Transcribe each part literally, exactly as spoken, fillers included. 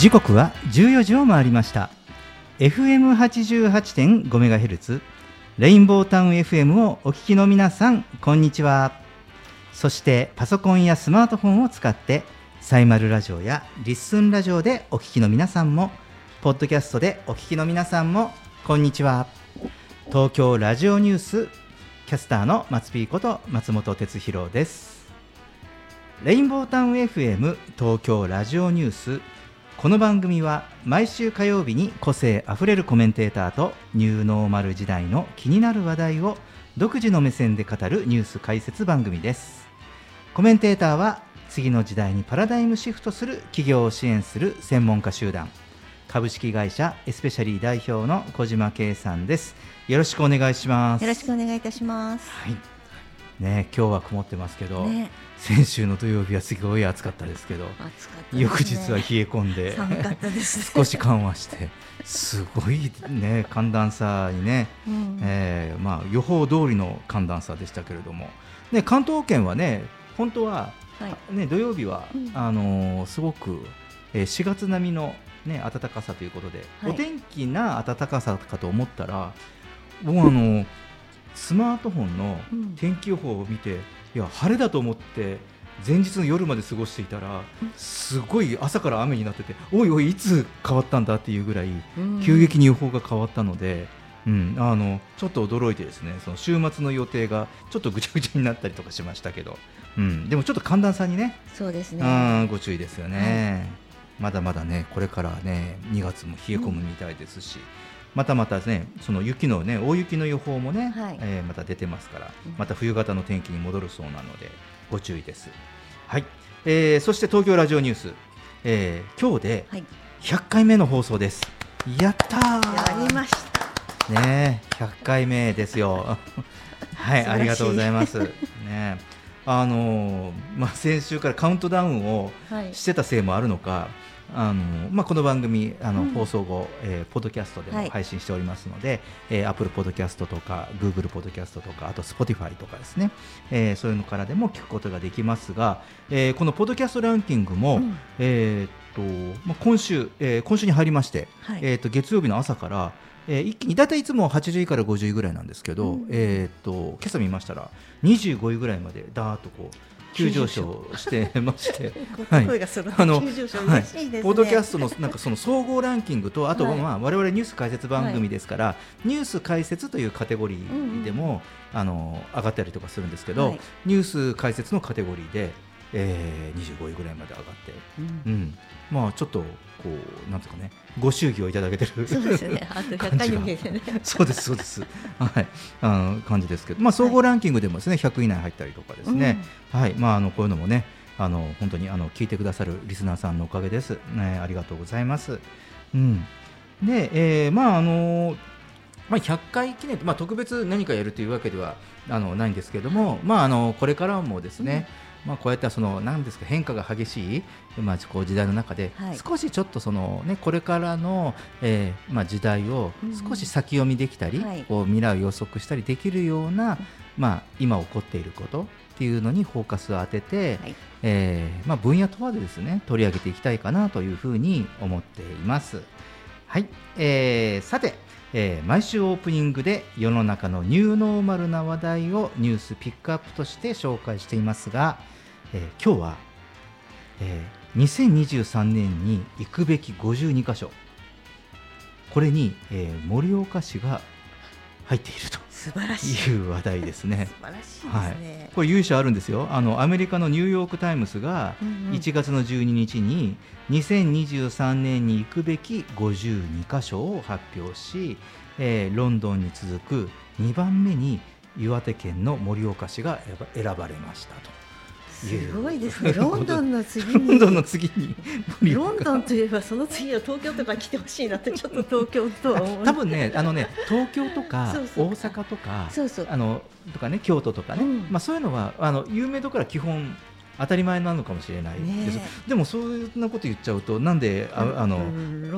時刻はじゅうよじを回りました。 エフエムはちじゅうはちてんごメガヘルツ レインボータウン エフエム をお聞きの皆さん、こんにちは。そしてパソコンやスマートフォンを使ってサイマルラジオやリッスンラジオでお聞きの皆さんも、ポッドキャストでお聞きの皆さんもこんにちは。東京ラジオニュースキャスターの松ピーこと松本哲弘です。レインボータウン エフエム 東京ラジオニュース、この番組は毎週火曜日に個性あふれるコメンテーターとニューノーマル時代の気になる話題を独自の目線で語るニュース解説番組です。コメンテーターは次の時代にパラダイムシフトする企業を支援する専門家集団、株式会社エスペシャリー代表の小島圭さんです。よろしくお願いします。 よろしくお願いいたします。 はいね、今日は曇ってますけど、 ね、 先週の土曜日はすごい暑かったですけど、 暑かったですね、 翌日は冷え込んで寒かったです、ね、 少し緩和してすごい、ね、寒暖差にね、うんえーまあ、予報通りの寒暖差でしたけれども、ね、関東圏はね本当は、はいね、土曜日は、うん、あのー、すごく、えー、しがつ並みの、ね、暖かさということで、はい、お天気な暖かさかと思ったら、僕はあのースマートフォンの天気予報を見て、うん、いや晴れだと思って前日の夜まで過ごしていたら、すごい朝から雨になってて、おいおいいつ変わったんだっていうぐらい急激に予報が変わったので、うん、あのちょっと驚いてですね、その週末の予定がちょっとぐちゃぐちゃになったりとかしましたけど、うん、でもちょっと寒暖差にね、 そうですね、 あご注意ですよね、はい、まだまだねこれからねにがつも冷え込むみたいですし、うん、またまたね、その雪のね、大雪の予報もね、はいえー、また出てますから、また冬型の天気に戻るそうなのでご注意です。はい、えー、そして東京ラジオニュース、えー、今日でひゃっかいめの放送です。やったー。 やりましたね、ひゃっかいめですよ。はい、ありがとうございます。ね、あのーまあ、先週からカウントダウンをしてたせいもあるのか。はい、あのまあ、この番組あの、うん、放送後、えー、ポッドキャストでも配信しておりますので、はいえー、Apple ポッドキャストとか Google ポッドキャストとか、あと Spotify とかですね、えー、そういうのからでも聞くことができますが、えー、このポッドキャストランキングも、うんえーっとまあ、今週、えー、今週に入りまして、はいえー、っと月曜日の朝から、えー、一気にだいたいいつもはちじゅういからごじゅういぐらいなんですけど、うんえー、っと今朝見ましたらにじゅうごいぐらいまでダーッとこう急上昇してまして声が揃って急上昇嬉しいですね。 ポッドキャストのなんかその総合ランキングと、あとはまあ我々ニュース解説番組ですから、はい、ニュース解説というカテゴリーでも、うん、あの上がったりとかするんですけど、はい、ニュース解説のカテゴリーで、えー、にじゅうごいぐらいまで上がって、うんうん、まあちょっとこうなんですかね、ご祝儀をいただけてるそうですね、あとひゃっかいに向けてねそうですそうです、はい、あの感じですけど、まあ、総合ランキングでもですね、はい、ひゃくい以内入ったりとかですね、うんはいまあ、あのこういうのもね、あの本当にあの聞いてくださるリスナーさんのおかげです、ね、ありがとうございます、うん、で、えー、まああのまあ、ひゃっかい記念、まあ、特別何かやるというわけではあのないんですけれども、まあ、あのこれからもですね、うんまあ、こうやってその何ですか変化が激しい、まあ、こう時代の中で、はい、少しちょっとその、ね、これからの、えーまあ、時代を少し先読みできたり、うんはい、こう未来を予測したりできるような、まあ、今起こっていることっていうのにフォーカスを当てて、はいえーまあ、分野問わずですね取り上げていきたいかなというふうに思っています。はい、えー、さてえー、毎週オープニングで世の中のニューノーマルな話題をニュースピックアップとして紹介していますが、えー、今日は、えー、にせんにじゅうさんねんに行くべきごじゅうにかしょ、これに、えー、盛岡市が入っていると素晴らしいいう話題ですね。 素晴らしいですね、 はい、これ由緒あるんですよ。あのアメリカのニューヨークタイムズがいちがつのじゅうににちににせんにじゅうさんねんに行くべきごじゅうにかしょを発表し、えー、ロンドンに続くにばんめに岩手県の盛岡市が選ばれましたと。 すごいですね。ロンドンの次にロンドンの次にロンドンといえばその次は東京とか来てほしいなってちょっと東京とは思う。 多分ね、あのね東京とか大阪とかそうそうあのとかね京都とかね、うんまあ、そういうのはあの有名どころは基本当たり前なのかもしれないです、ね、でもそんなこと言っちゃうとなんでああの、うん、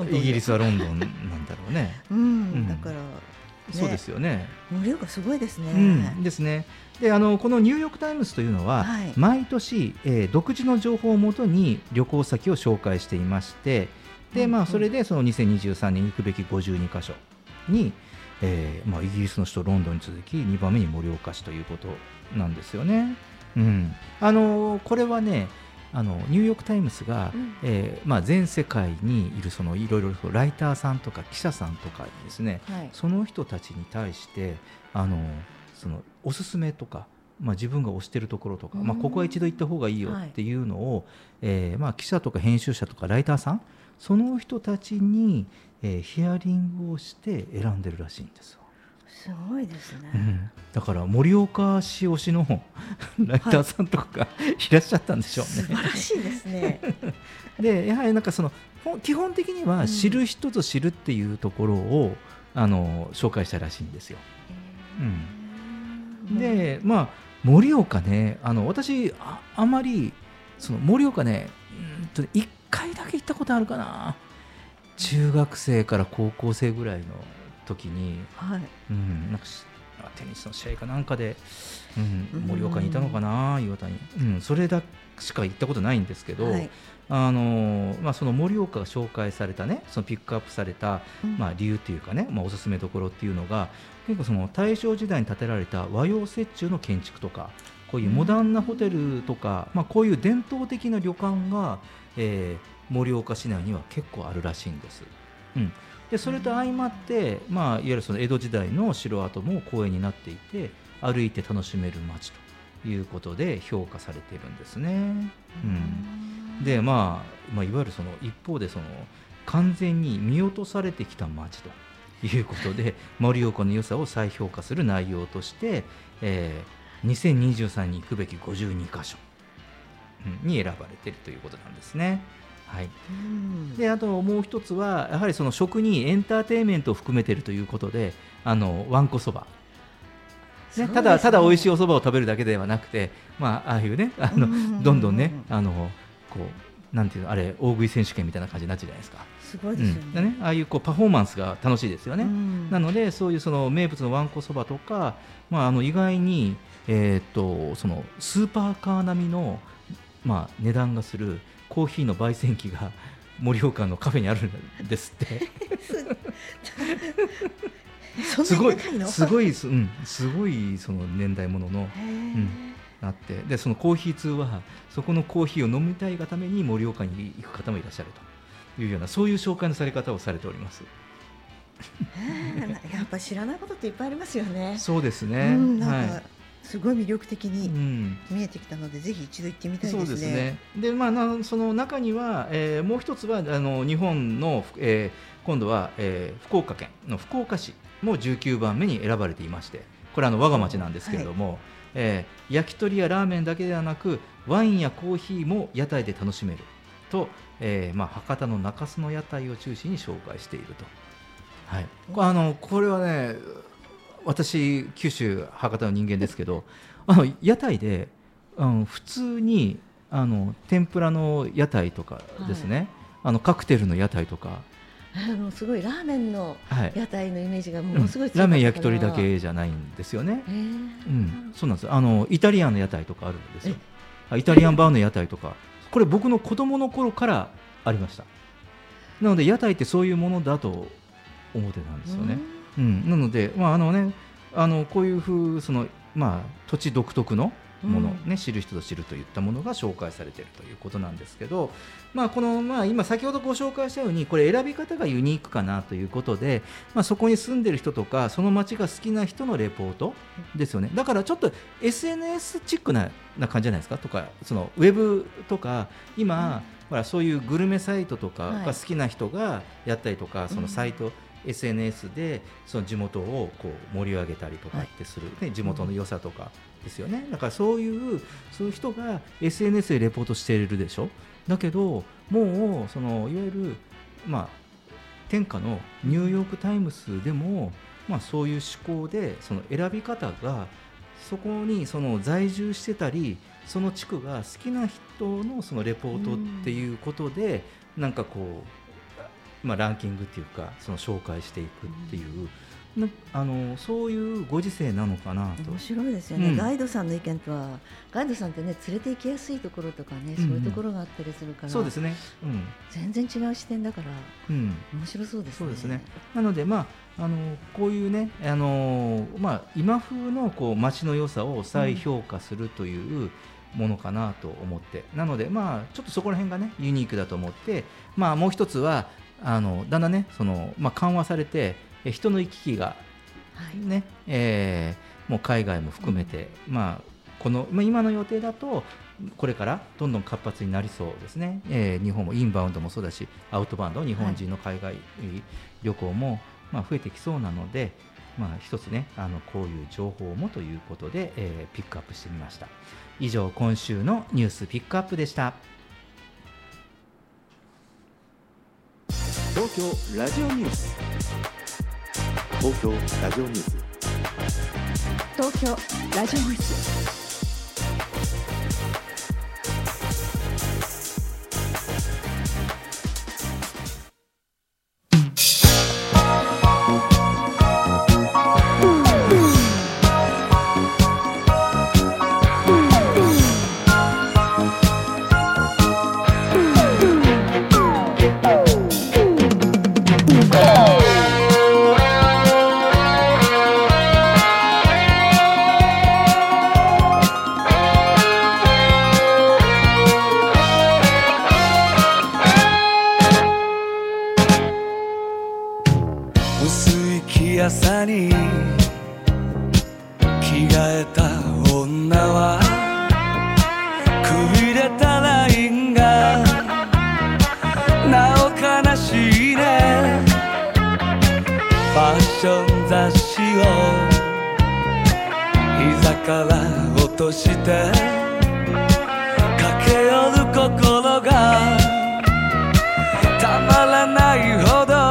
イギリスはロンドンなんだろうね、 うんうん、だから、ね、 そうですよね。 盛岡すごいですね、 うん、ですね。であのこのニューヨークタイムズというのは、はい、毎年、えー、独自の情報をもとに旅行先を紹介していまして、 で、まあ、それででそのにせんにじゅうさんねんに行くべきごじゅうにかしょに、えーまあ、イギリスの首都ロンドンに続きにばんめに盛岡市ということなんですよね。うん、あのこれはね、あのニューヨーク・タイムズが、 うんえーまあ、全世界にいるそのいろいろライターさんとか記者さんとかですね、 はいその人たちに対してあのそのおすすめとか、まあ、自分が推してるところとか、まあ、ここは一度行った方がいいよっていうのを、えーまあ、記者とか編集者とかライターさん、その人たちに、えーヒアリングをして選んでるらしいんですよ。 すごいですね、 うん、だから盛岡市推しのライターさんとかがいらっしゃったんでしょうね。 素晴らしいですね。 でやはりなんかそのほ基本的には知る人ぞ知るっていうところを、あの紹介したらしいんですよ。うん、でまあ盛岡ね、あの私 あ, あまりその盛岡ね、うんといっかいだけ行ったことあるかな。中学生から高校生ぐらいの時に、 はいうん、なんかテニスの試合かなんかで、うん、盛岡にいたのかな、岩田に、うん、それだしか行ったことないんですけど、 はいあのまあ、その盛岡が紹介されたね、そのピックアップされた、 うんまあ、理由っていうかね、まあ、おすすめどころっていうのが結構その大正時代に建てられた和洋折衷の建築とか、こういうモダンなホテルとか、まあ、こういう伝統的な旅館が、えー盛岡市内には結構あるらしいんです。うん、でそれと相まって、まあ、いわゆるその江戸時代の城跡も公園になっていて歩いて楽しめる街ということで評価されているんですね。うん、で、まあ、まあいわゆるその一方でその完全に見落とされてきた街ということで盛岡の良さを再評価する内容として、えー、にせんにじゅうさんに行くべきごじゅうにかしょに選ばれているということなんですね。はい、 うんであともう一つはやはりその食にエンターテインメントを含めているということで、あのわんこそば、ね、ただただ美味しいおそばを食べるだけではなくて、まあ、ああいうね、あのどんどんね、あのこうなんていうの、あれ大食い選手権みたいな感じになっちゃうじゃないですか。 すごいですよね。 うんでね、ああいうこうパフォーマンスが楽しいですよね。 うんなのでそういうその名物のわんこそばとか、まあ、あの意外に、えーっとそのスーパーカー並みの、まあ、値段がするコーヒーの焙煎機が盛岡のカフェにあるんですってすごいすごい、うん、すごいその年代ものの、 へーうんあって、でそのコーヒー通はそこのコーヒーを飲みたいがために盛岡に行く方もいらっしゃるというような、そういう紹介のされ方をされております。 へーやっぱ知らないことっていっぱいありますよね。 そうですね、 うんなんか、 はい、 すごい魅力的うにん見えてきたので、ぜひ一度行ってみたいそうですね。 ですね。で、まあ、なその中には、えーもう一つはあの日本の、えー今度は、えー福岡県の福岡市もじゅうきゅうばんめに選ばれていまして、これはあの我が町なんですけれども、えー焼き鳥やラーメンだけではなくワインやコーヒーも屋台で楽しめると、えーまあ、博多の中洲の屋台を中心に紹介していると。はい、これあのこれはね、私九州博多の人間ですけど、あの屋台で、うん、普通にあの天ぷらの屋台とかですね、あのカクテルの屋台とか、 あのすごいラーメンのはい屋台のイメージがもうんのすごい強かったから、 ラーメン焼き鳥だけじゃないんですよね。 へーうん、そうなんです。あのイタリアンの屋台とかあるんですよ。あイタリアンバーの屋台とか、これ僕の子供の頃からありました。なので屋台ってそういうものだと思ってたんですよね。うん、なので、まああのね、あのこういう風そのまあ土地独特のもの、 うんね、知る人ぞ知るといったものが紹介されているということなんですけど、まあこのまあ今先ほどご紹介したようにこれ選び方がユニークかなということで、まあそこに住んでる人とかその街が好きな人のレポートですよね。だからちょっと エスエヌエス チックなな感じじゃないですかとか、そのウェブとか今、ほらそういうグルメサイトとかが好きな人がやったりとか、そのサイト、エスエヌエス でその地元をこう盛り上げたりとかってする、ね、地元の良さとかですよね。だからそういうそういう人が エスエヌエス でレポートしているでしょ。だけどもうそのいわゆるまあ天下のニューヨークタイムズでもまあそういう思考でその選び方がそこにその在住してたりその地区が好きな人のそのレポートっていうことでなんかこうまあ、ランキングっていうかその紹介していくっていう、うん、あのそういうご時世なのかなと。 面白いですよね、うん、ガイドさんの意見とはガイドさんってね連れて行きやすいところとかね、そういうところがあったりするから、 そうですね、うん、 全然違う視点だから、うん、面白そうですね。 そうですね。なので、まあ、あのこういうね、あのまあ、今風のこう街の良さを再評価するというものかなと思って、うん、なので、まあ、ちょっとそこら辺がねユニークだと思って、まあ、もう一つはあのだんだんねその、まあ、緩和されて人の行き来がね、はい、えー、もう海外も含めて、うん、まあ、この、まあ、今の予定だとこれからどんどん活発になりそうですね、えー、日本もインバウンドもそうだしアウトバウンド日本人の海外旅行も、まあ、増えてきそうなので、まあ、一つねあのこういう情報もということで、えー、ピックアップしてみました。以上今週のニュースピックアップでした。 東京ラジオニュース東京ラジオニュース東京ラジオニュース朝に着替えた女はくびれたラインがなお悲しいね。ファッション雑誌を膝から落として駆け寄る心がたまらないほど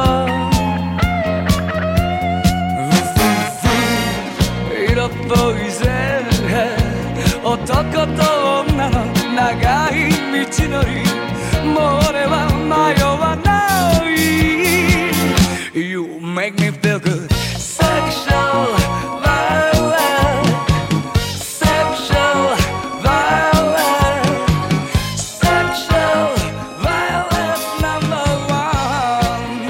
色っぽいぜ男と女の長い道のりもう俺は迷わない You make me feel good Sexual violence Sexual violence Sexual violence number one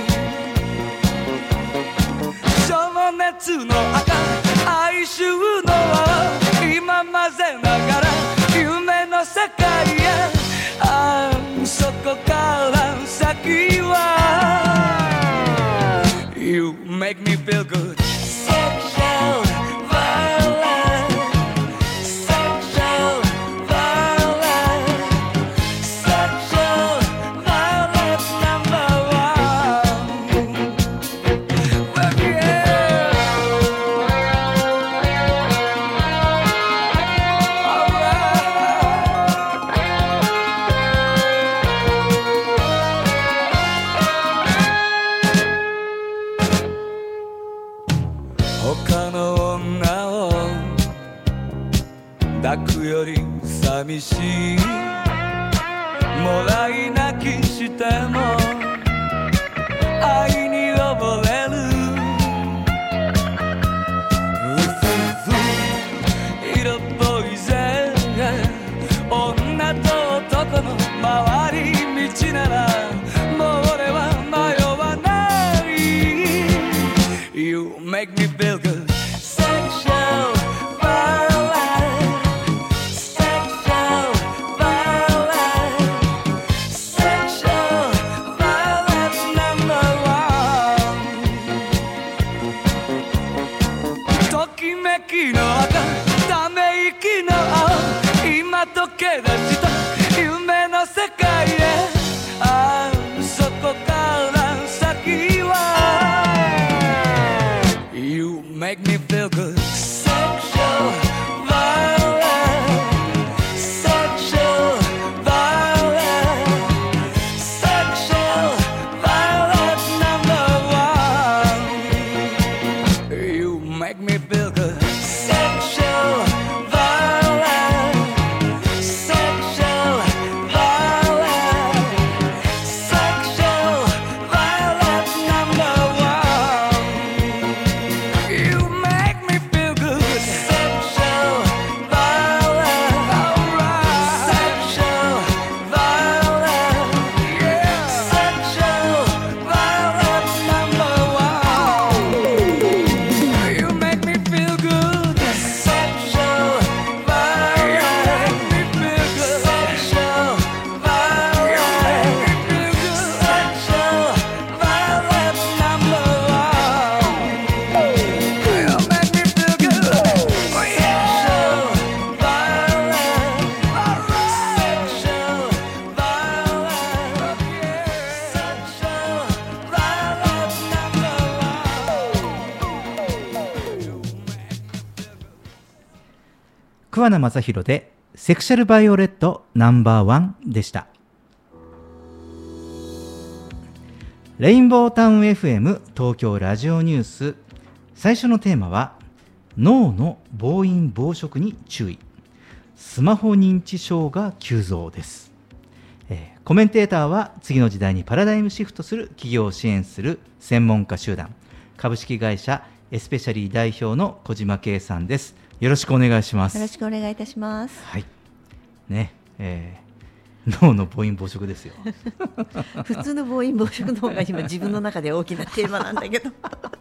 情熱の赤哀愁の今混ぜながら夢の世界へああそこから先は You make me feel good Sexual violence Sexual violence Sexual violence number one well, yeah. All right. 他の女を抱くより寂しいもらい泣きしても愛に溺れるうふふ色っぽいぜ女と男の回り道ならもう俺は迷わない You make me feel good Sexual violence Sexual violence Sexual violence number one ときめきの赤ため息の青今溶け出した夢の世界へああそこから先は You make me feel good Sexual violence Sexual violence Sexual violence number one You make me feel good Sexual violence Sexual violence Sexual violence 桑名正宏でセクシャルバイオレットナンバーワンでした。レインボータウン エフエム 東京ラジオニュース、最初のテーマは脳の暴飲暴食に注意、スマホ認知症が急増です。えー、コメンテーターは次の時代にパラダイムシフトする企業を支援する専門家集団株式会社エスペシャリー代表の小島圭さんです。よろしくお願いします。 よろしくお願いいたします。 はいね、えー、脳の暴飲暴食ですよ普通の暴飲暴食の方が今自分の中で大きなテーマなんだけど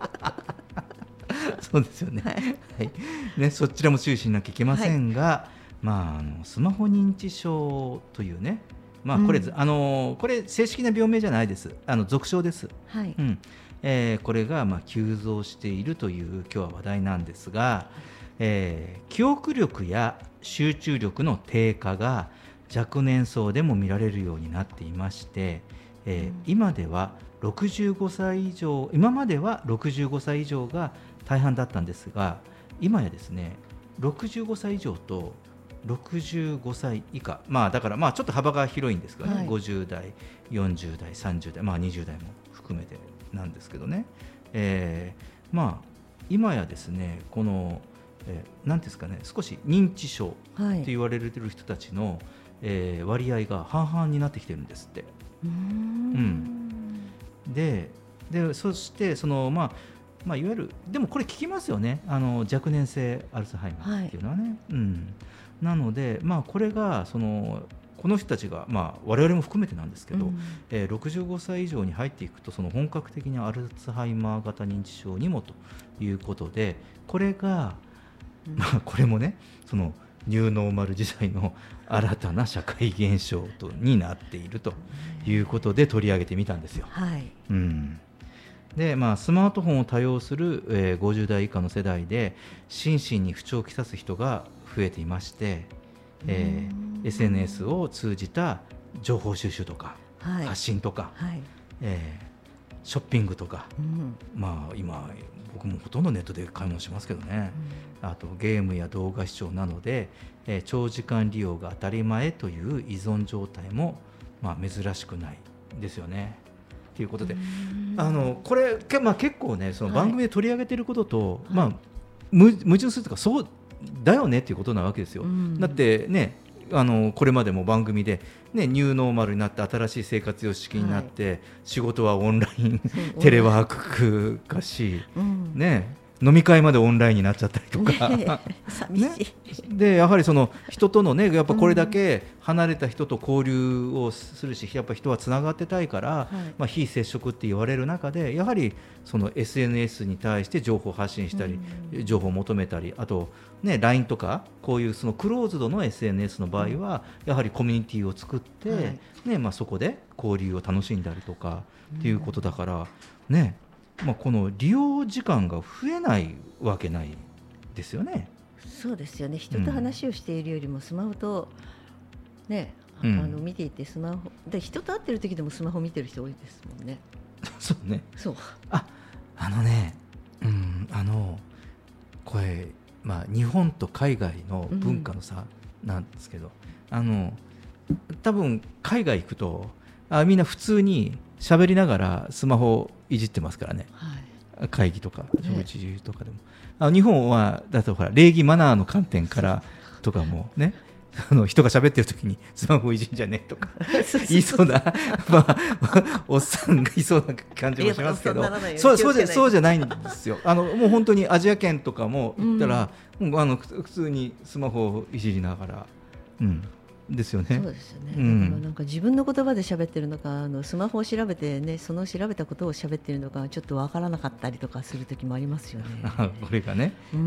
そうですよね、はいはい、ね、そちらも注意しなきゃいけませんが、はい、まあ、あのスマホ認知症というね、まあ、これ、うん、あのこれ正式な病名じゃないです。あの俗称です、はい、うん、えー、これがまあ急増しているという今日は話題なんですが、えー、記憶力や集中力の低下が若年層でも見られるようになっていまして、えーうん、今ではろくじゅうごさい以上、今まではろくじゅうごさい以上が大半だったんですが、今やですねろくじゅうごさい以上とろくじゅうごさい以下、まあ、だからまあちょっと幅が広いんですけどね、はい、ごじゅうだい、よんじゅうだい、さんじゅうだい、まあ、にじゅうだいも含めてなんですけどね、えー、まあ今やですねこの、えー、なんですかね、少し認知症と言われている人たちの、はい、えー、割合が半々になってきてるんですって。うーん、うん、で, でそしてその、まあまあ、いわゆるでもこれ聞きますよね、あの若年性アルツハイマーっていうのはね、はい、うん、なので、まあ、これがそのこの人たちが、まあ、我々も含めてなんですけど、うん、えー、ろくじゅうごさい以上に入っていくとその本格的なアルツハイマー型認知症にもということで、これが、うん、まあ、これもねそのニューノーマル時代の新たな社会現象とになっているということで取り上げてみたんですよ、はい、うん、で、まあ、スマートフォンを多用する、えー、ごじゅうだい以下の世代で心身に不調をきたす人が増えていまして、えー、エスエヌエス を通じた情報収集とか、はい、発信とか、はい、えー、ショッピングとか、うん、まあ、今僕もほとんどネットで買い物しますけどね、うん、あとゲームや動画視聴などで、えー、長時間利用が当たり前という依存状態も、まあ、珍しくないですよねということで、あのこれ、まあ、結構ねその番組で取り上げていることと、はい、まあ、矛盾するというかそうだよねっていうことなわけですよ、うん、だってね、あのこれまでも番組で、ね、ニューノーマルになって新しい生活様式になって、はい、仕事はオンラインテレワーク化し、うん、ね、飲み会までオンラインになっちゃったりとか、ね、 寂しい、ね、 でやはりその人とのねやっぱこれだけ離れた人と交流をするし、やっぱ人はつながってたいから、はい、まあ、非接触って言われる中でやはりその エスエヌエス に対して情報発信したり、うん、情報を求めたり、あと、ね、ライン とかこういうそのクローズドの エスエヌエス の場合はやはりコミュニティを作って、はい、ね、まあ、そこで交流を楽しんだりとかっていうことだからね、まあ、この利用時間が増えないわけないですよね。 そうですよね。人と話をしているよりもスマホと、ね、うん、あの見ていてスマホで人と会ってる時でもスマホ見てる人多いですもんね。 そうね。 そう。 あ、あのね、うん、あのこれ、まあ、日本と海外の文化の差なんですけど、うん、あの多分海外行くとあみんな普通に喋りながらスマホをいじってますからね、はい、会議とか食事とかでも、ね、あ日本はだとほら礼儀マナーの観点からとかもね、あの人が喋ってる時にスマホいじんじゃねえとか言いそうな、まあ、おっさんがいそうな感じもしますけど、そうそうじゃそうじゃないんですよ。あのもう本当にアジア圏とかも行ったら、うん、あの普通にスマホをいじりながら、うんですよね。 そうですよね、うん、だからなんか自分の言葉で喋ってるのか、あのスマホを調べてね、その調べたことを喋ってるのかちょっとわからなかったりとかする時もありますよね。 これがね、うん、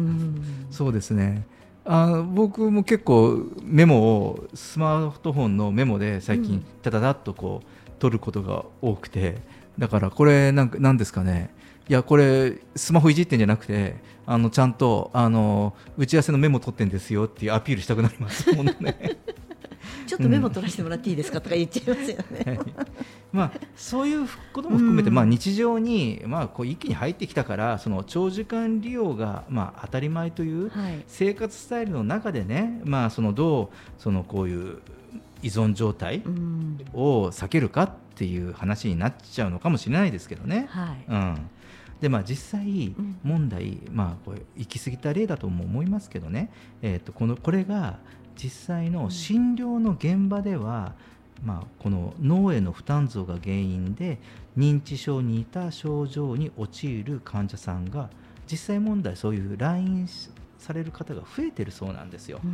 そうですね。あ僕も結構メモをスマートフォンのメモで最近タタタッとこう取ることが多くて、だからこれなんかなんですかね、いやこれスマホいじってんじゃなくて、あのちゃんとあの打ち合わせのメモ取ってんですよっていうアピールしたくなりますもんね。 ちょっとメモ取らせてもらっていいですかとか言っちゃいますよね、 はい、まあ、そういうことも含めて、まあ、日常に、まあ、こう一気に入ってきたからその長時間利用が、まあ、当たり前という生活スタイルの中でね、まあ、そのどうそのこういう依存状態を避けるかっていう話になっちゃうのかもしれないですけどね、はい、うん、でまあ、実際問題、うん、まあ、これ行き過ぎた例だとも思いますけどね、えー、とこのこれが実際の診療の現場では、うん、まあ、この脳への負担増が原因で認知症に似た症状に陥る患者さんが実際問題そういう来院される方が増えてるそうなんですよ、うん、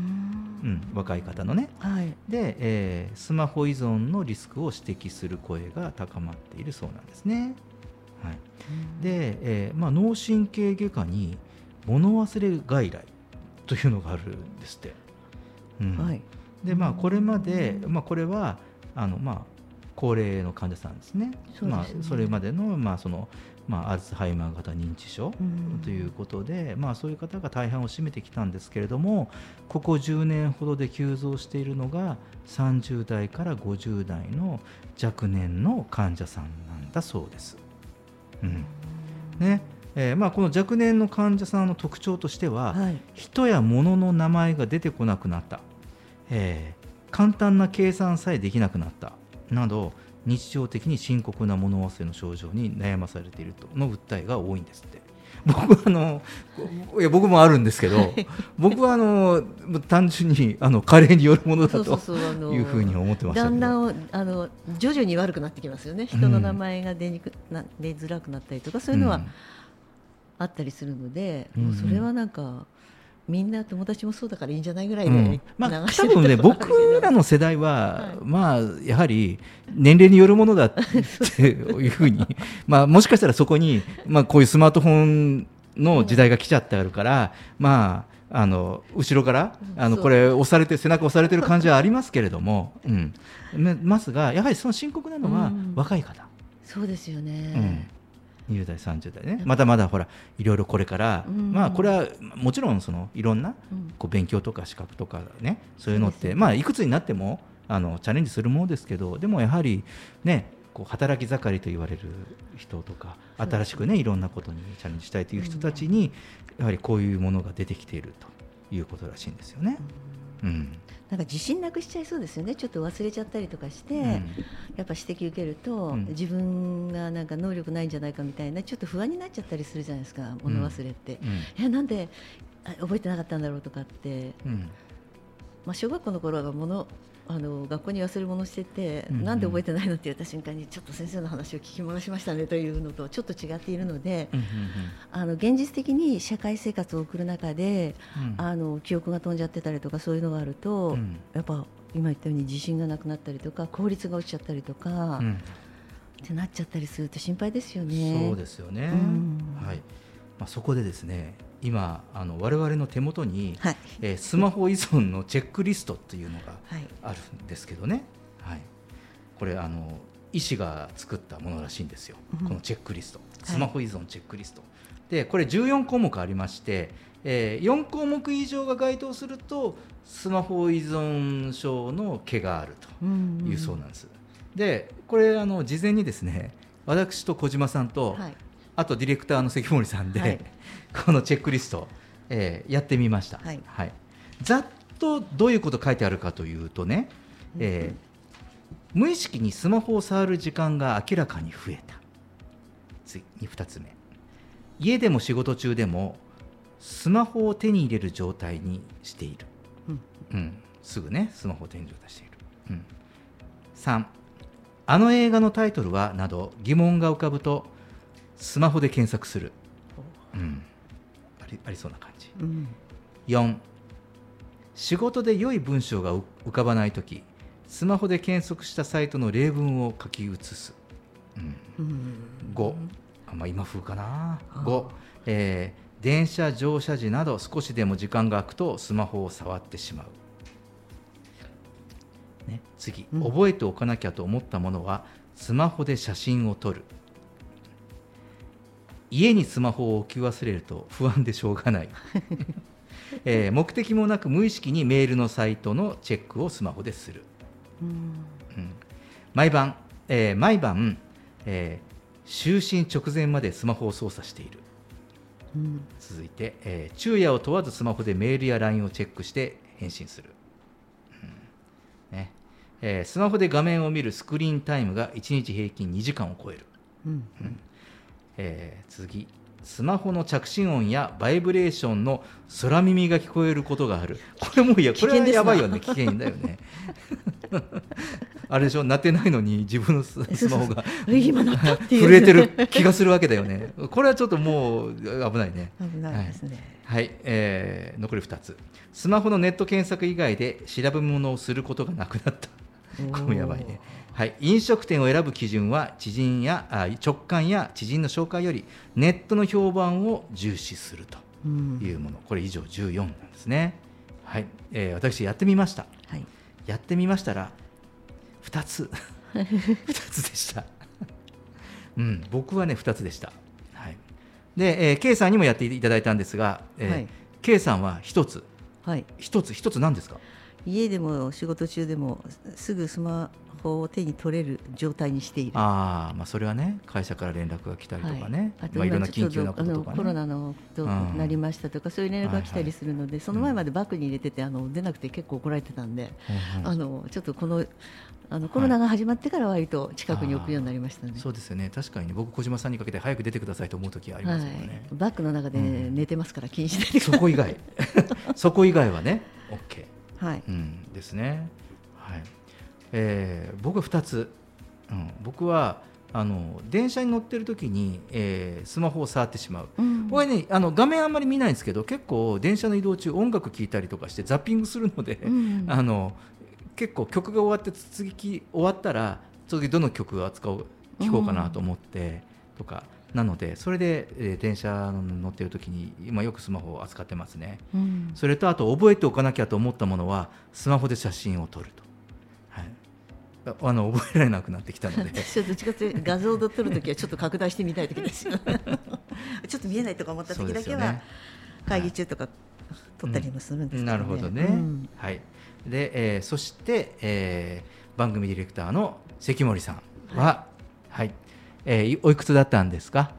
若い方のね、はい、で、えー、スマホ依存のリスクを指摘する声が高まっているそうなんですね、はい、で、えーまあ、脳神経外科に物忘れ外来というのがあるんですって、うん、はい、で、まあ、これまで、まあ、これはあの、まあ、高齢の患者さんですね、そうですね、まあ、それまでの、まあそのまあ、アルツハイマー型認知症ということで、まあ、そういう方が大半を占めてきたんですけれども、ここじゅうねんほどで急増しているのがさんじゅう代からごじゅう代の若年の患者さんなんだそうです、うんね、えーまあ、この若年の患者さんの特徴としては、はい、人や物の名前が出てこなくなった、えー、簡単な計算さえできなくなったなど日常的に深刻な物忘れの症状に悩まされているとの訴えが多いんですって。僕はあのいや僕もあるんですけど、はい、僕はあの単純にあの加齢によるものだというふうに思ってましたけど、 だんだんあの徐々に悪くなってきますよね。人の名前が出にくな出づらくなったりとかそういうのはあったりするので、うん、もうそれはなんかみんな友達もそうだからいいんじゃないぐらいで、うん、まあ、 多分ね僕らの世代は、はい、まあやはり年齢によるものだっていうふうにまあもしかしたらそこに、まあ、こういうスマートフォンの時代が来ちゃってあるから、うん、まああの後ろからあのこれ押されて背中押されてる感じはありますけれども、うん、ますがやはりその深刻なのは若い方、うん、 そうですよね、 うん、にじゅう代さんじゅう代ね、まだまだほらいろいろこれから、うん、まあこれはもちろんそのいろんなこう勉強とか資格とかね、そういうのって、まあいくつになってもあのチャレンジするものですけど、でもやはりねこう働き盛りと言われる人とか新しくねいろんなことにチャレンジしたいという人たちにやはりこういうものが出てきているということらしいんですよね、うんうん、 なんか自信なくしちゃいそうですよね。ちょっと忘れちゃったりとかして、うん、やっぱ指摘受けると、うん、自分がなんか能力ないんじゃないかみたいなちょっと不安になっちゃったりするじゃないですか、物忘れって、うんうん、えなんで覚えてなかったんだろうとかって、うんまあ、小学校の頃は物あの学校に忘れ物してて、うんうん、なんで覚えてないのって言った瞬間にちょっと先生の話を聞き戻しましたねというのとちょっと違っているので、うんうんうん、あの現実的に社会生活を送る中で、うん、あの記憶が飛んじゃってたりとかそういうのがあると、うん、やっぱ今言ったように自信がなくなったりとか効率が落ちちゃったりとか、うん、ってなっちゃったりすると心配ですよね。 そうですよね、うんはいまあ、そこでですね今あの我々の手元に、はいえー、スマホ依存のチェックリストというのがあるんですけどね、はい、これあの医師が作ったものらしいんですよ、うん、このチェックリストスマホ依存チェックリスト、はい、でこれじゅうよん項目ありまして、えー、よん項目以上が該当するとスマホ依存症の毛があるというそうなんです、うんうん、でこれあの事前にですね私と小島さんと、はいあとディレクターの関森さんで、はい、このチェックリスト、えー、やってみました、はいはい、ざっとどういうこと書いてあるかというとね、えー、無意識にスマホを触る時間が明らかに増えた。次にふたつめ、家でも仕事中でもスマホを手に入れる状態にしている、うんうん、すぐねスマホを手に入れる状態にしている、うん、さんあの映画のタイトルはなど疑問が浮かぶとスマホで検索する、うん、あり、ありそうな感じ、うん、よん仕事で良い文章が浮かばないときスマホで検索したサイトの例文を書き写す、うんうん、ごあ、まあ、今風かなご、えー、電車乗車時など少しでも時間が空くとスマホを触ってしまう、ね、次、うん、覚えておかなきゃと思ったものはスマホで写真を撮る。家にスマホを置き忘れると不安でしょうがない、えー、目的もなく無意識にメールのサイトのチェックをスマホでする、 うんうん、毎晩、えー、毎晩、えー、就寝直前までスマホを操作している、うん、続いて、えー、昼夜を問わずスマホでメールや ライン をチェックして返信する、うんねえー、スマホで画面を見るスクリーンタイムがいちにち平均にじかんを超える、うんうんえー、次、スマホの着信音やバイブレーションの空耳が聞こえることがある。これもいや、これはやばいよね。危険だよねあれでしょ、鳴ってないのに自分のスマホが今鳴ったっていう震えてる気がするわけだよね。これはちょっともう危ないね。 危ないですね。 はい、はいえー、残りふたつ。スマホのネット検索以外で調べ物をすることがなくなった。これもやばいね。はい、飲食店を選ぶ基準は知人やあ直感や知人の紹介よりネットの評判を重視するというもの、うん、これ以上じゅうよんなんですね。はい、えー、私やってみました、はい、やってみましたらふたつふたつでした、うん、僕はねふたつでした、はい、で、えー、K さんにもやっていただいたんですが、えーはい、K さんはひとつ、はい、ひとつひとつ何ですか？ 家でも仕事中でもすぐスマホを手に取れる状態にしている。 あ、まあ、それはね会社から連絡が来たりとかね、はい、まあ、いろんな緊急なこととかね、 コロナのとなりましたとか、うん、そういう連絡が来たりするので、はいはい、その前までバッグに入れててあの出なくて結構怒られてたんで、うん、あのちょっとこのあのコロナが始まってから割と近くに置くようになりましたね。 そうですよね。確かに、ね、僕小島さんにかけて早く出てくださいと思う時ありますよね、はい、 バッグの中で、ねうん、寝てますから気にしないでください。 そこ以外そこ以外はね OK、 はいうん、ですね、はいえー、僕はふたつ、うん、僕はあの電車に乗ってる時に、えー、スマホを触ってしまう、うん、これねあの画面あんまり見ないんですけど結構電車の移動中音楽聴いたりとかしてザッピングするので、うん、あの結構曲が終わって続き終わったら次どの曲を扱う聴こうかなと思って、うん、とかなのでそれで、えー、電車に乗っている時に今よくスマホを扱ってますね、うん、それとあと覚えておかなきゃと思ったものはスマホで写真を撮ると、はい、あの覚えられなくなってきたので私はどっちかというと画像で撮るときはちょっと拡大してみたい時ですよちょっと見えないとか思った時だけは会議中とか撮ったりもするんですけどね、 うん、なるほどね、うんはいでえー、そして、えー、番組ディレクターの関森さんは、はいはいえー、おいくつだったんですか？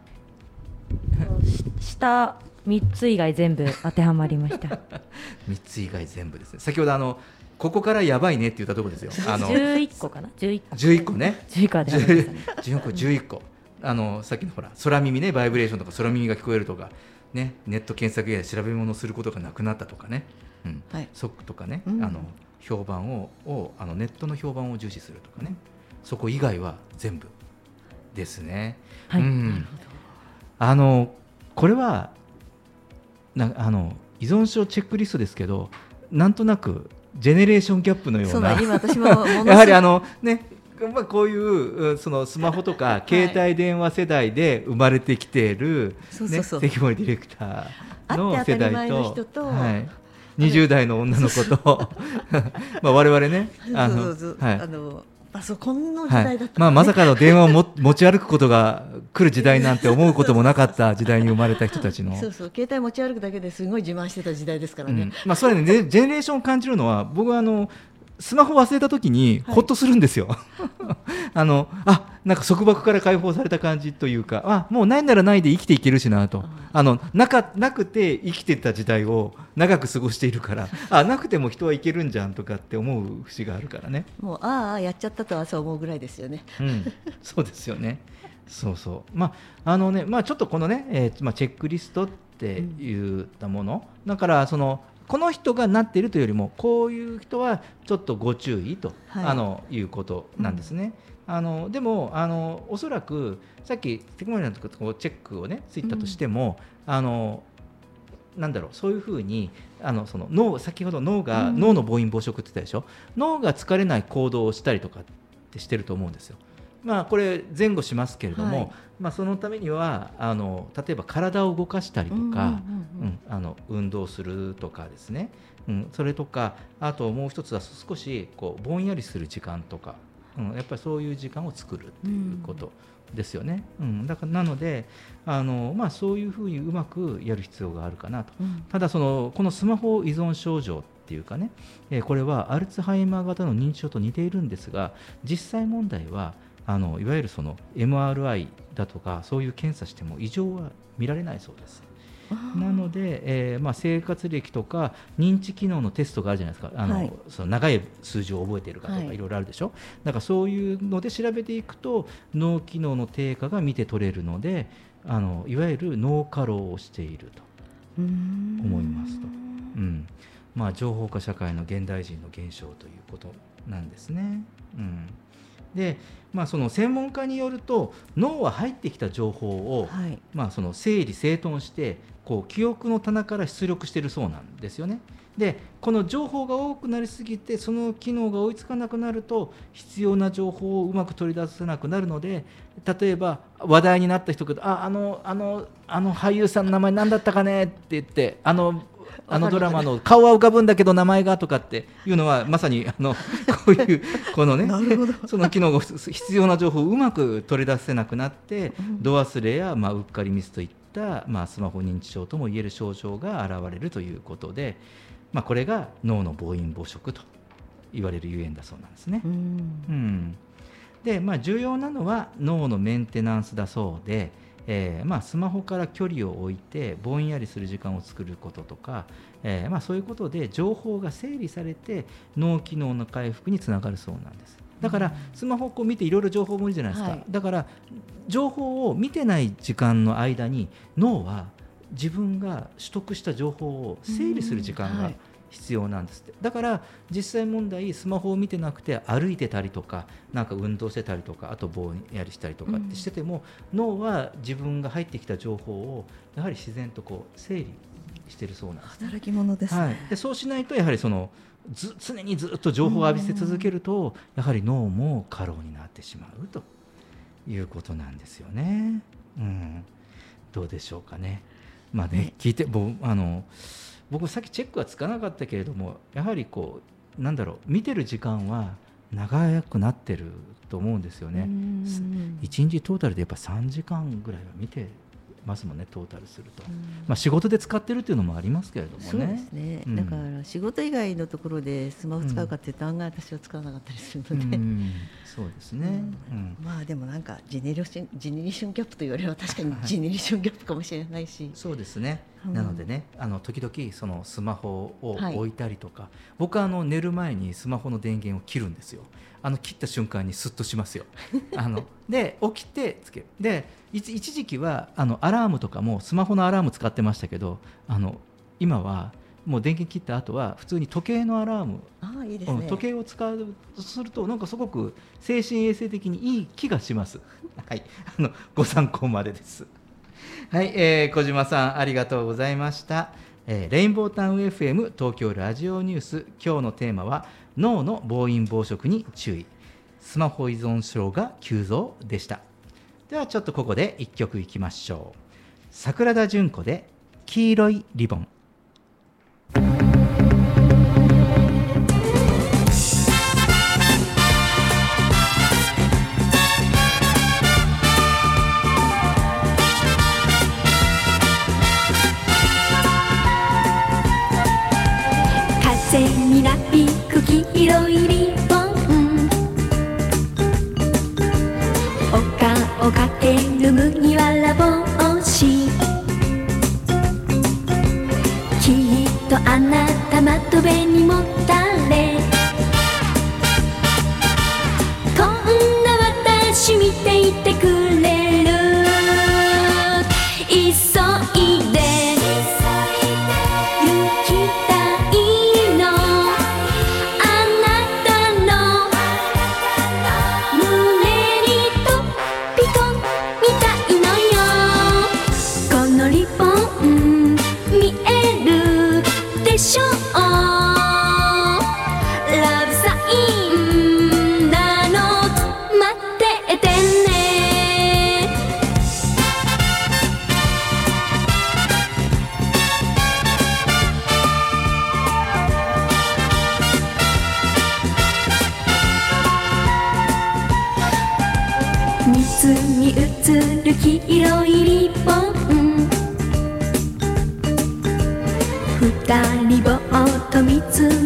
下みっつ以外全部当てはまりましたみっつ以外全部ですね。先ほどあのここからやばいねって言ったところですよ。あのじゅういっこかなじゅういっこじゅういっこねじゅういっこ当てはまりましたねじゅういっこじゅういっこあのさっきのほら空耳ねバイブレーションとか空耳が聞こえるとかねネット検索や調べ物をすることがなくなったとかね、うんはい、そとかね、うん、あの評判ををあのネットの評判を重視するとかね、うん、そこ以外は全部ですね、はいうん、なるほど。あのこれはなあの依存症チェックリストですけどなんとなくジェネレーションギャップのような今私ももやはりあの、ねまあ、こういうそのスマホとか携帯電話世代で生まれてきている、ね、関森ディレクターの世代と、はい、にじゅう代の女の子とまあ我々ねあのそうそうそう、はい、あのパソコンの時代だった、ねはいまあ、まさかの電話をも持ち歩くことが来る時代なんて思うこともなかった時代に生まれた人たちのそうそう携帯持ち歩くだけですごい自慢してた時代ですからね、 うんまあ、それねジェネレーションを感じるのは僕はあのスマホ忘れた時にほっとするんですよ、はい、あのあなんか束縛から解放された感じというかあもうないならないで生きていけるしなとあの な, かなくて生きてた時代を長く過ごしているからあなくても人はいけるんじゃんとかって思う節があるからねもうああやっちゃったと朝思うぐらいですよね、 うん、そうですよねそうそうまああのねまあちょっとこのね、えーまあ、チェックリストっていったもの、うん、だからそのこの人がなっているというよりもこういう人はちょっとご注意と、はい、あのいうことなんですね、うん、あのでもあのおそらくさっき関森さんのところチェックをねついたとしても、うん、あのなんだろうそういうふうにあのその脳先ほど脳が、うん、脳の暴飲暴食って言ったでしょ脳が疲れない行動をしたりとかってしてると思うんですよ。まあ、これ前後しますけれども、はいまあ、そのためにはあの例えば体を動かしたりとか運動するとかですね、うん、それとかあともう一つは少しこうぼんやりする時間とか、うん、やっぱりそういう時間を作るっていうことですよね、うん、だからなのであの、まあ、そういうふうにうまくやる必要があるかなと、うん、ただそのこのスマホ依存症状っっていうかね、えー、これはアルツハイマー型の認知症と似ているんですが、実際問題はあのいわゆるその エムアールアイ だとかそういう検査しても異常は見られないそうです。なので、えーまあ、生活歴とか認知機能のテストがあるじゃないですか、あの、はい、その長い数字を覚えているかとかいろいろあるでしょ、はい、だからそういうので調べていくと脳機能の低下が見て取れるので、あのいわゆる脳過労をしていると思いますと、うんまあ、情報化社会の現代人の現象ということなんですね。うんでまあ、その専門家によると脳は入ってきた情報を、はいまあ、その整理整頓してこう記憶の棚から出力しているそうなんですよね。でこの情報が多くなりすぎてその機能が追いつかなくなると必要な情報をうまく取り出せなくなるので、例えば話題になった人がああのあのあの俳優さんの名前何だったかねって言ってあのあのドラマの顔は浮かぶんだけど名前がとかっていうのはまさにあのこういうこのねその機能が必要な情報をうまく取り出せなくなって度忘れやまあうっかりミスといったまあスマホ認知症ともいえる症状が現れるということで、まあこれが脳の暴飲暴食と言われるゆえんだそうなんですね。うんうんでまあ重要なのは脳のメンテナンスだそうで、えーまあ、スマホから距離を置いてぼんやりする時間を作ることとか、えーまあ、そういうことで情報が整理されて脳機能の回復につながるそうなんです。だからスマホをこう見ていろいろ情報を見るじゃないですか、はい、だから情報を見てない時間の間に脳は自分が取得した情報を整理する時間が必要なんですって。だから実際問題スマホを見てなくて歩いてたりとかなんか運動してたりとかあとぼんやりしたりとかってしてても、うん、脳は自分が入ってきた情報をやはり自然とこう整理してるそうなんです、ね、 働き者ですね、 はい、でそうしないとやはりそのず常にずっと情報を浴びせ続けるとやはり脳も過労になってしまうということなんですよね、うん、どうでしょうかね。まあね聞いて僕あの僕さっきチェックはつかなかったけれどもやはりこうなんだろう見てる時間は長くなってると思うんですよね。いちにちトータルでやっぱさんじかんぐらいは見てますもんね、トータルすると、まあ、仕事で使ってるっていうのもありますけれどもね。 そうですね、うん、だから仕事以外のところでスマホ使うかっていうと、うん、案外私は使わなかったりするので、うん、 そうですね、うん、 まあでもなんかジェネレーションジェネレーションギャップと言われれば確かにジェネレーションギャップかもしれないし、 そうですね、うん、なのでねあの時々そのスマホを置いたりとか、はい、僕はあの寝る前にスマホの電源を切るんですよ。あの切った瞬間にスッとしますよあので起きてつける。で一時期はあのアラームとかもスマホのアラーム使ってましたけど、あの今はもう電源切った後は普通に時計のアラーム、 あいいですね、 時計を使うとするとなんかすごく精神衛生的にいい気がしますはい、あのご参考までですはい、えー、小島さんありがとうございました、えー、レインボータウン エフエム 東京ラジオニュース、今日のテーマは脳の暴飲暴食に注意、スマホ依存症が急増でした。ではちょっとここでいっきょくいきましょう。桜田淳子で黄色いリボン。 風になびく黄色いリボン、お顔かける麦わら帽子、きっとあなた窓辺にもたれ、こんな私見ていてくれる、急いで黄色いリボン、二人ぼーっと見つ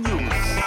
ニュース。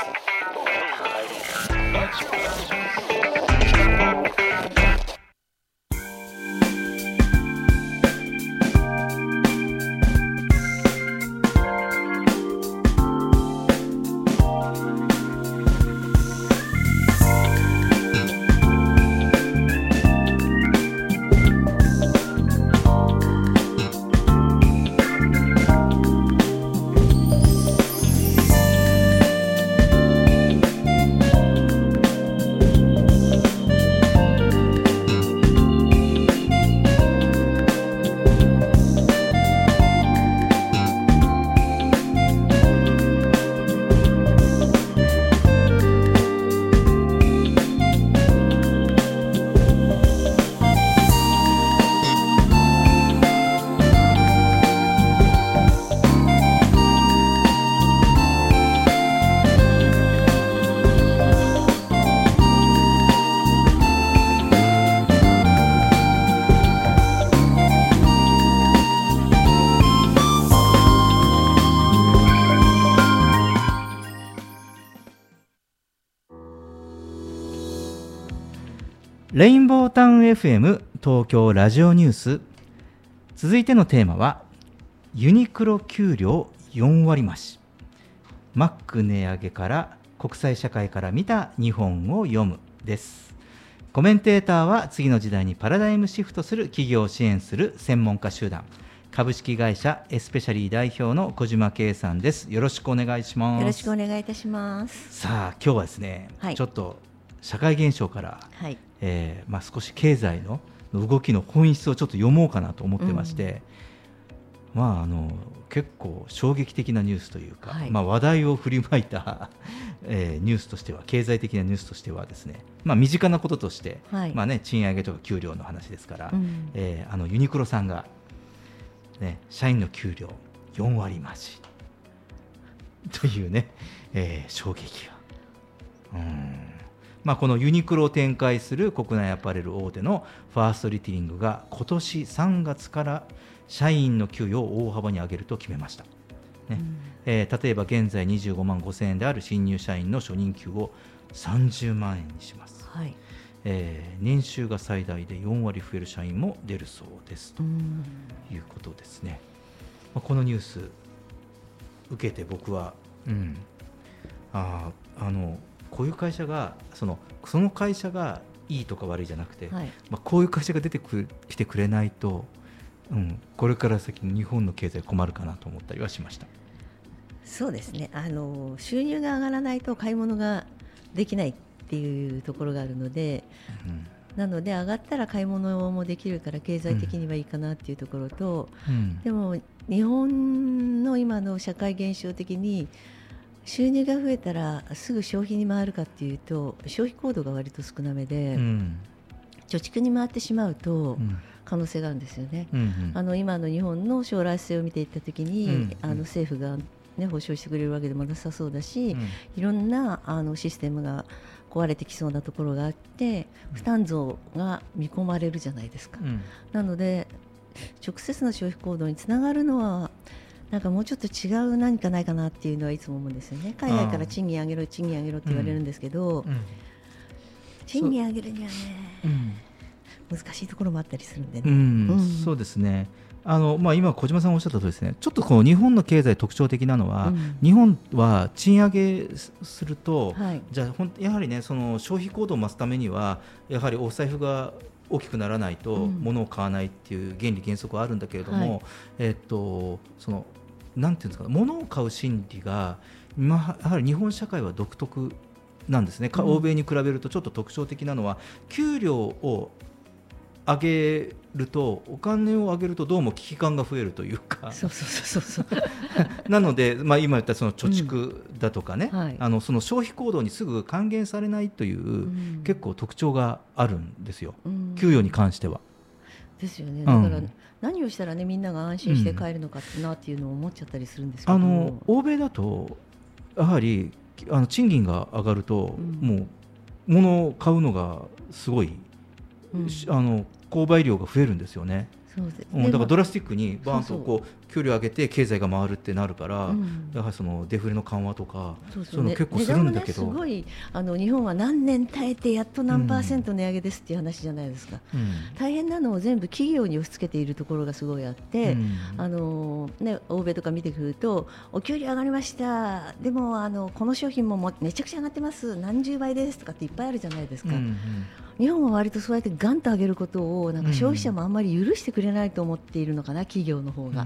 レインボータウン エフエム 東京ラジオニュース。続いてのテーマはユニクロ給料よんわり増し、マック値上げから国際社会から見た日本を読むです。コメンテーターは次の時代にパラダイムシフトする企業を支援する専門家集団株式会社エスペシャリー代表の小島圭さんです。よろしくお願いします。 よろしくお願いいたします。 さあ今日はですね、はい、ちょっと社会現象から、はいえーまあ、少し経済の動きの本質をちょっと読もうかなと思ってまして、うんまあ、あの結構衝撃的なニュースというか、はいまあ、話題を振りまいた、えー、ニュースとしては経済的なニュースとしてはですね、まあ、身近なこととして、はいまあね、賃上げとか給料の話ですから、うんえー、あのユニクロさんが、ね、社員の給料よんわり増しというね、えー、衝撃がうんまあ、このユニクロを展開する国内アパレル大手のファーストリテイリングが今年さんがつから社員の給与を大幅に上げると決めました、ねうんえー、例えば現在にじゅうごまんごせんえんである新入社員の初任給をさんじゅうまんえんにします、はいえー、年収が最大でよんわり増える社員も出るそうですということですね、まあ、このニュース受けて僕は、うん、ああのこういう会社が その、その会社がいいとか悪いじゃなくて、はいまあ、こういう会社が出てきてくれないと、うん、これから先日本の経済困るかなと思ったりはしました。 そうですね、あの収入が上がらないと買い物ができないっていうところがあるので、うん、なので上がったら買い物もできるから経済的にはいいかなっていうところと、うん、でも日本の今の社会現象的に収入が増えたらすぐ消費に回るかっていうと消費行動が割と少なめで、うん、貯蓄に回ってしまうと可能性があるんですよね、うんうん、あの今の日本の将来性を見ていったときに、うんうん、あの政府が、ね、保証してくれるわけでもなさそうだし、うん、いろんなあのシステムが壊れてきそうなところがあって負担増が見込まれるじゃないですか、うん、なので直接の消費行動につながるのはなんかもうちょっと違う何かないかなっていうのはいつも思うんですよね。海外から賃金上げろ賃金上げろって言われるんですけど、うんうん、賃金上げるにはね、うん、難しいところもあったりするんでね、うんうん、 そうですね。あの、まあ、今小島さんおっしゃったとおりですね、ちょっとこの日本の経済特徴的なのは、うん、日本は賃上げすると、はい、じゃあほんやはりねその消費行動を増すためにはやはりお財布が大きくならないと物を買わないっていう原理原則はあるんだけれども、うんはいえー、っとそのなんていうんですか、物を買う心理が、まあ、やはり日本社会は独特なんですね、うん、欧米に比べるとちょっと特徴的なのは給料を上げるとお金を上げるとどうも危機感が増えるというかそうそうそうそうなので、まあ、今言ったその貯蓄だとかね、うんはい、あのその消費行動にすぐ還元されないという、うん、結構特徴があるんですよ、うん、給与に関してはですよね。だから何をしたら、ね、みんなが安心して買えるのかなっていうのを思っちゃったりするんですけど、 あの欧米だとやはりあの賃金が上がると、うん、もう物を買うのがすごい、うん、あの購買量が増えるんですよね。そうです、うん、だからドラスティックにバーンとこう給料上げて経済が回るってなるから、 うん、 やはりそのデフレの緩和とかそうそう、 そういうの結構するんだけど、 値段もね、すごいあの日本は何年耐えてやっと何パーセント値上げですっていう話じゃないですか、うん、大変なのを全部企業に押し付けているところがすごいあって、うん、あのね、欧米とか見てくるとお給料上がりました、でもあのこの商品ももめちゃくちゃ上がってます、何十倍ですとかっていっぱいあるじゃないですか、うんうん、日本は割とそうやってガンと上げることをなんか消費者もあんまり許してくれないと思っているのかな、企業の方が、うん、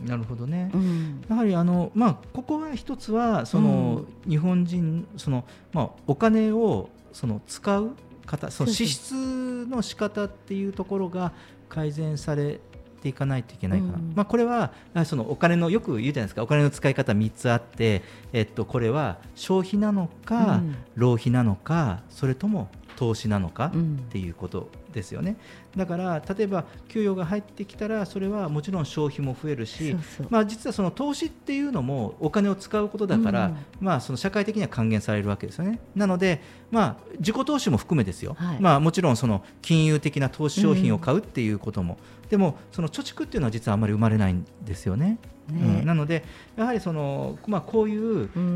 なるほどね、 うん、 やはりあの、まあ、ここは一つはその、うん、日本人その、まあ、お金をその使う方、その支出の仕方っていうところが改善されていかないといけないかな、うん、まあ、これはそのお金のよく言うじゃないですか、お金の使い方みっつあって、えっと、これは消費なのか、うん、浪費なのか、それとも投資なのかっていうことですよね、うん、だから例えば給与が入ってきたらそれはもちろん消費も増えるし、そうそう、まあ、実はその投資っていうのもお金を使うことだから、うん、まあ、その社会的には還元されるわけですよね。なので、まあ、自己投資も含めですよ、はい、まあ、もちろんその金融的な投資商品を買うっていうことも、うん、でもその貯蓄っていうのは実はあまり生まれないんですよね。ね、うん、なのでやはりその、まあ、こういう、うん、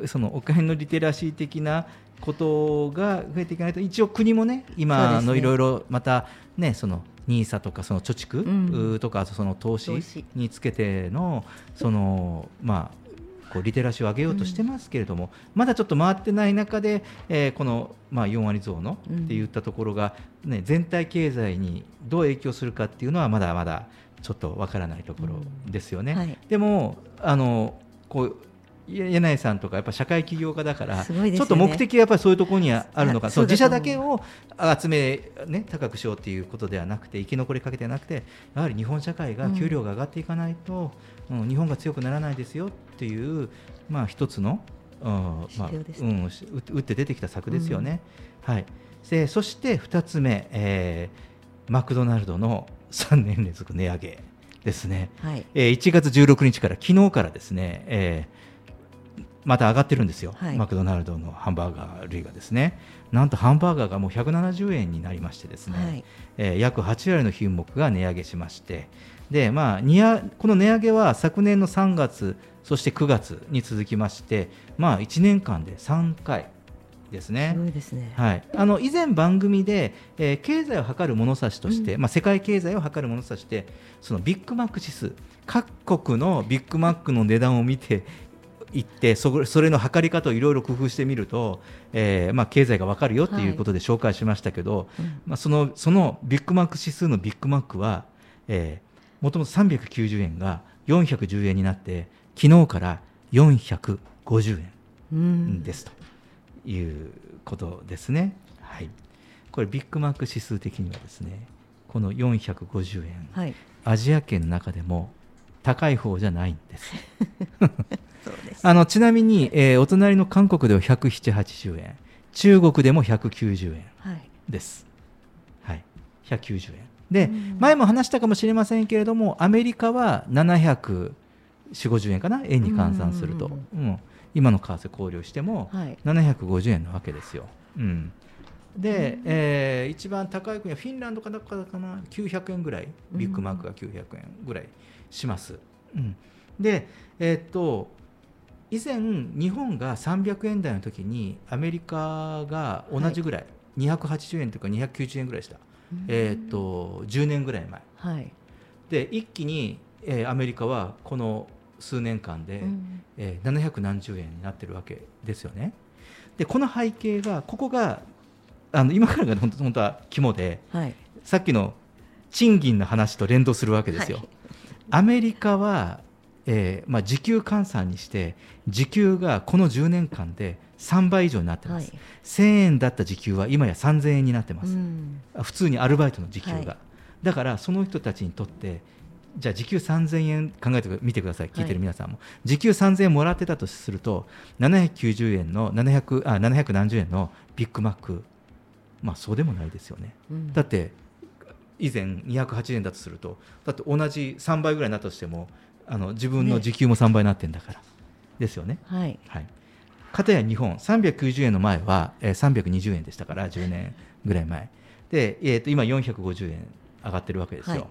そのお金のリテラシー的なことが増えていかないと、一応国もね、今のいろいろまたね、そのニーサとかその貯蓄、うん、とかその投資につけてのその、まあ、こうリテラシーを上げようとしてますけれども、うん、まだちょっと回ってない中で、えー、この、まあ、よんわり増のっていったところが、ね、全体経済にどう影響するかっていうのはまだまだちょっとわからないところですよね、うん、はい、でもあのこう柳井さんとかやっぱ社会起業家だから、ね、ちょっと目的はやっぱりそういうところにあるのか、そう自社だけを集め、ね、高くしようということではなくて、生き残りかけてなくて、やはり日本社会が給料が上がっていかないと、うんうん、日本が強くならないですよっていう、まあ、一つの、うん、まあ、うん、打って出てきた策ですよね、うん、はい、でそしてふたつめ、えー、マクドナルドのさんねん連続値上げですね、はい、えー、いちがつじゅうろくにちから昨日からですね、えーまた上がってるんですよ、はい、マクドナルドのハンバーガー類がですね、なんとハンバーガーがもうひゃくななじゅうえんになりましてですね、はい、えー、約はちわりの品目が値上げしまして、で、まあ、にやこの値上げは昨年のさんがつそしてくがつに続きまして、まあ、いちねんかんでさんかいですね。 すごいですね、 はい、あの以前番組で、えー、経済を測る物差しとして、うん、まあ、世界経済を測る物差しでそのビッグマック指数、各国のビッグマックの値段を見ていって、それの測り方をいろいろ工夫してみると、えーまあ、経済が分かるよということで紹介しましたけど、はい、うん、まあ、その、そのビッグマック指数のビッグマックは、えー、もともとさんびゃくきゅうじゅうえんがよんひゃくじゅうえんになって昨日からよんひゃくごじゅうえんですということですね、はい、これビッグマック指数的にはですね、このよんひゃくごじゅうえん、はい、アジア圏の中でも高い方じゃないんですそうです。あのちなみに、えー、お隣の韓国ではひゃくななじゅうはちえん、中国でもひゃくきゅうじゅうえんです、はいはい、ひゃくきゅうじゅうえんで、前も話したかもしれませんけれども、アメリカはななひゃくよんじゅう、ごじゅうえんかな、円に換算すると、うん、今の為替考慮してもななひゃくごじゅうえんなわけですよ、うん、で、えー、一番高い国はフィンランドかどこかかな、きゅうひゃくえんぐらい、ビッグマックがきゅうひゃくえんぐらいします、うん、で、えー、っと以前日本がさんびゃくえん台の時にアメリカが同じぐらい、はい、にひゃくはちじゅうえんとかにひゃくきゅうじゅうえんぐらいした、えー、っとじゅうねんぐらい前、はい、で一気に、えー、アメリカはこの数年間で、うんえー、ななひゃくなんじゅうえんになってるわけですよね。でこの背景が、ここがあの今からが本当、本当は肝で、はい、さっきの賃金の話と連動するわけですよ、はい、アメリカはえーまあ、時給換算にして時給がこのじゅうねんかんでさんばい以上になってます、はい、せんえんだった時給は今やさんぜんえんになってます、うん、普通にアルバイトの時給が、はい、だからその人たちにとってじゃあ時給さんぜんえん考えてみてください、聞いてる皆さんも、はい、時給さんぜんえんもらってたとするとななひゃくきゅうじゅうえんのななひゃくあななひゃくなんじゅうえんのビッグマック、まあそうでもないですよね、うん、だって以前にひゃくはちえんだとすると、だって同じさんばいぐらいになったとしてもあの自分の時給もさんばいになってるんだから、ね、ですよね、はいはい、かたや日本さんびゃくきゅうじゅうえんの前は、えー、さんびゃくにじゅうえんでしたからじゅうねんぐらい前で、えー、と今よんひゃくごじゅうえん上がってるわけですよ、はい、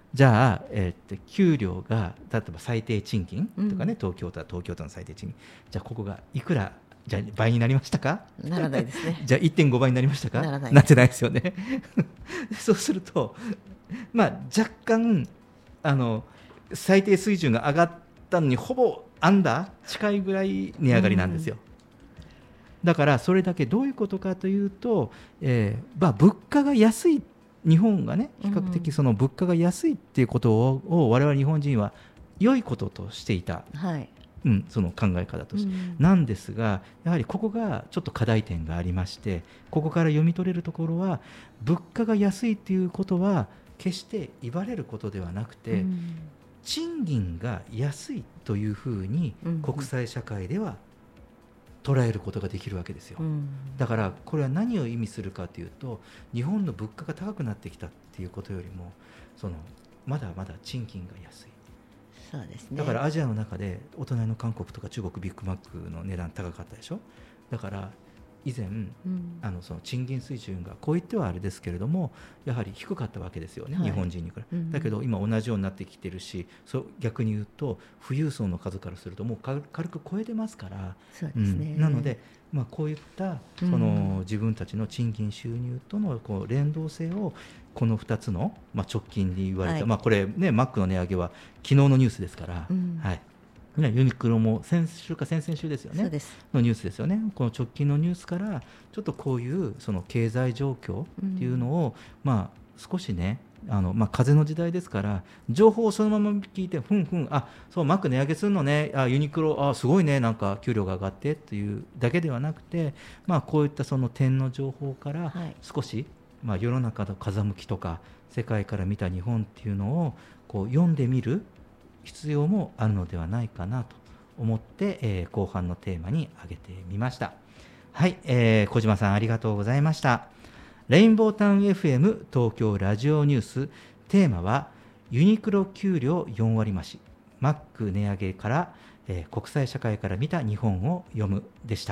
じゃあ、えー、と給料が例えば最低賃金とかね、うん、東京都は東京都の最低賃金、じゃあここがいくらじゃあ倍になりましたか？ ならないですね。 じゃあ いってんご 倍になりましたか？ ならない、 なってないですよね。そうすると、まあ、若干あの最低水準が上がったのにほぼアンダー近いぐらい値上がりなんですよ、うん、だからそれだけどういうことかというと、えーまあ、物価が安い日本がね、比較的その物価が安いっていうことを、うん、を我々日本人は良いこととしていた、はいうん、その考え方として、うん、なんですが、やはりここがちょっと課題点がありまして、ここから読み取れるところは、物価が安いっていうことは決して言われることではなくて、うん、賃金が安いというふうに国際社会では捉えることができるわけですよ、うん、だからこれは何を意味するかというと、日本の物価が高くなってきたっていうことよりも、そのまだまだ賃金が安い。 そうですね、 だからアジアの中でお隣の韓国とか中国ビッグマックの値段高かったでしょ。だから以前、うん、あのその賃金水準がこう言ってはあれですけれども、やはり低かったわけですよね、はい、日本人に比べ、うん、だけど今同じようになってきてるし、そう逆に言うと富裕層の数からするともう軽く超えてますから。 そうですね、 うん、なので、まあ、こういったその自分たちの賃金収入とのこう連動性をこのふたつの、まあ、直近に言われた、はい、まあ、これね、マックの値上げは昨日のニュースですから、うん、はい、ユニクロも先週か先々週ですよね、 そうですのニュースですよね。この直近のニュースからちょっとこういうその経済状況っていうのを、うん、まあ、少しね、あのまあ、風の時代ですから、情報をそのまま聞いて、ふんふん、あ、そう、マック値上げするのね、あ、ユニクロ、あ、すごいね、なんか給料が上がってっていうだけではなくて、まあ、こういったその点の情報から少し、はい、まあ、世の中の風向きとか世界から見た日本っていうのをこう読んでみる必要もあるのではないかなと思って、えー、後半のテーマに挙げてみました。はい、えー、小島さんありがとうございました。レインボータウン エフエム 東京ラジオニュース、テーマはユニクロ給料よん割増し、マック値上げから、えー、国際社会から見た日本を読むでした。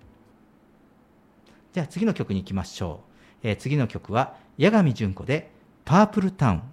じゃあ次の曲に行きましょう。えー、次の曲は八神純子でパープルタウン。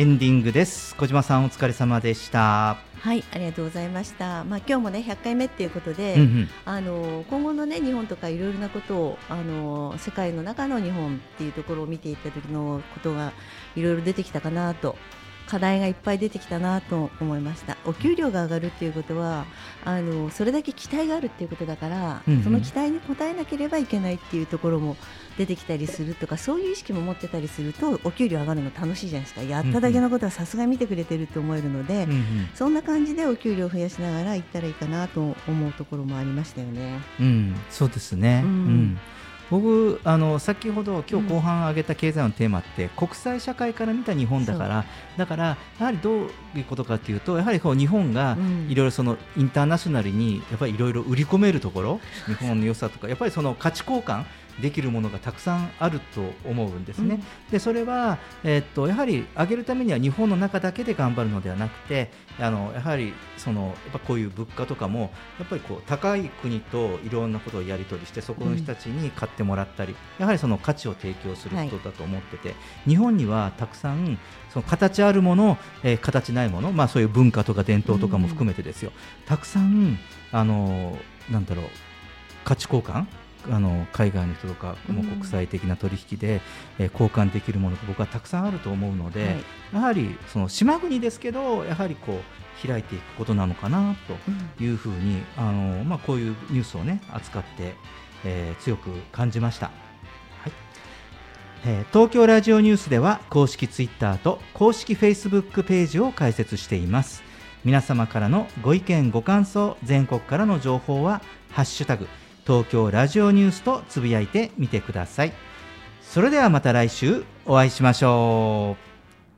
エンディングです。小島さんお疲れ様でした。 はい、ありがとうございました。まあ、今日もねひゃっかいめっていうことで、 うんうん、 あの今後のね日本とかいろいろなことをあの世界の中の日本っていうところを見ていった時のことがいろいろ出てきたかなと、課題がいっぱい出てきたなと思いました。お給料が上がるっていうことはあのそれだけ期待があるっていうことだから、うんうん、その期待に応えなければいけないっていうところも出てきたりするとか、そういう意識も持ってたりするとお給料上がるの楽しいじゃないですか。やっただけのことはさすが見てくれてると思えるので、うんうん、そんな感じでお給料を増やしながらいったらいいかなと思うところもありましたよね。 うん、そうですね、うんうん僕あの先ほど今日後半挙げた経済のテーマって、うん、国際社会から見た日本だからだからやはりどういうことかというと、やはりこう日本がいろいろそのインターナショナルにやっぱりいろいろ売り込めるところ、日本の良さとかやっぱりその価値交換できるものがたくさんあると思うんですね、うん、でそれは、えー、っとやはり上げるためには日本の中だけで頑張るのではなくて、あのやはりそのやっぱこういう物価とかもやっぱりこう高い国といろんなことをやり取りして、そこの人たちに買ってもらったり、うん、やはりその価値を提供することだと思ってて、はい、日本にはたくさんその形あるもの、えー、形ないもの、まあ、そういう文化とか伝統とかも含めてですよ、うん、たくさんあのなんだろう価値交換、あの海外の人とかも国際的な取引で、うんえー、交換できるものが僕はたくさんあると思うので、はい、やはりその島国ですけどやはりこう開いていくことなのかなというふうに、うんあのまあ、こういうニュースを、ね、扱って、えー、強く感じました。はいえー、東京ラジオニュースでは公式ツイッターと公式フェイスブックページを開設しています。皆様からのご意見ご感想、全国からの情報はハッシュタグ東京ラジオニュースとつぶやいてみてください。それではまた来週お会いしましょう。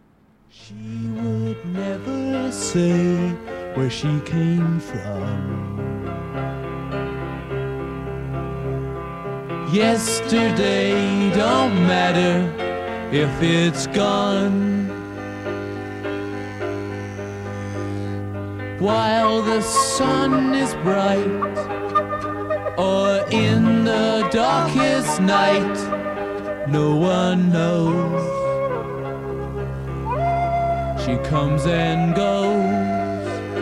She would never say where she came from. Yesterday don't matter if it's gone. While the sun is bright or in the darkest night, no one knows. She comes and goes.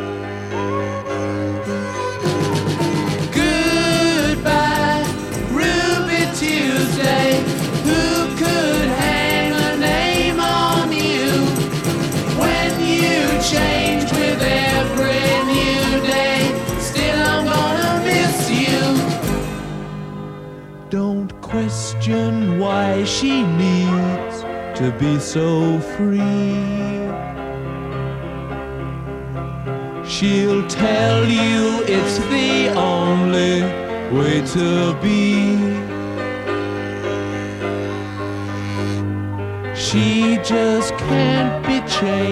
Goodbye, Ruby Tuesday. Who could hang a name on you when you change with every new day? Still I'm gonna miss you. Don't question why she needs to be so free. She'll tell you it's the only way to be. She just can't be changed.